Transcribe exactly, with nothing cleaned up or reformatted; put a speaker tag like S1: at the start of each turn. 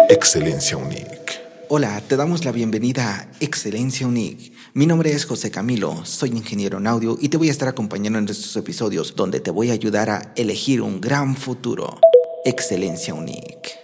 S1: Excelencia Unique.
S2: Hola, te damos la bienvenida a Excelencia Unique. Mi nombre es José Camilo, soy ingeniero en audio y te voy a estar acompañando en estos episodios donde te voy a ayudar a elegir un gran futuro. Excelencia Unique.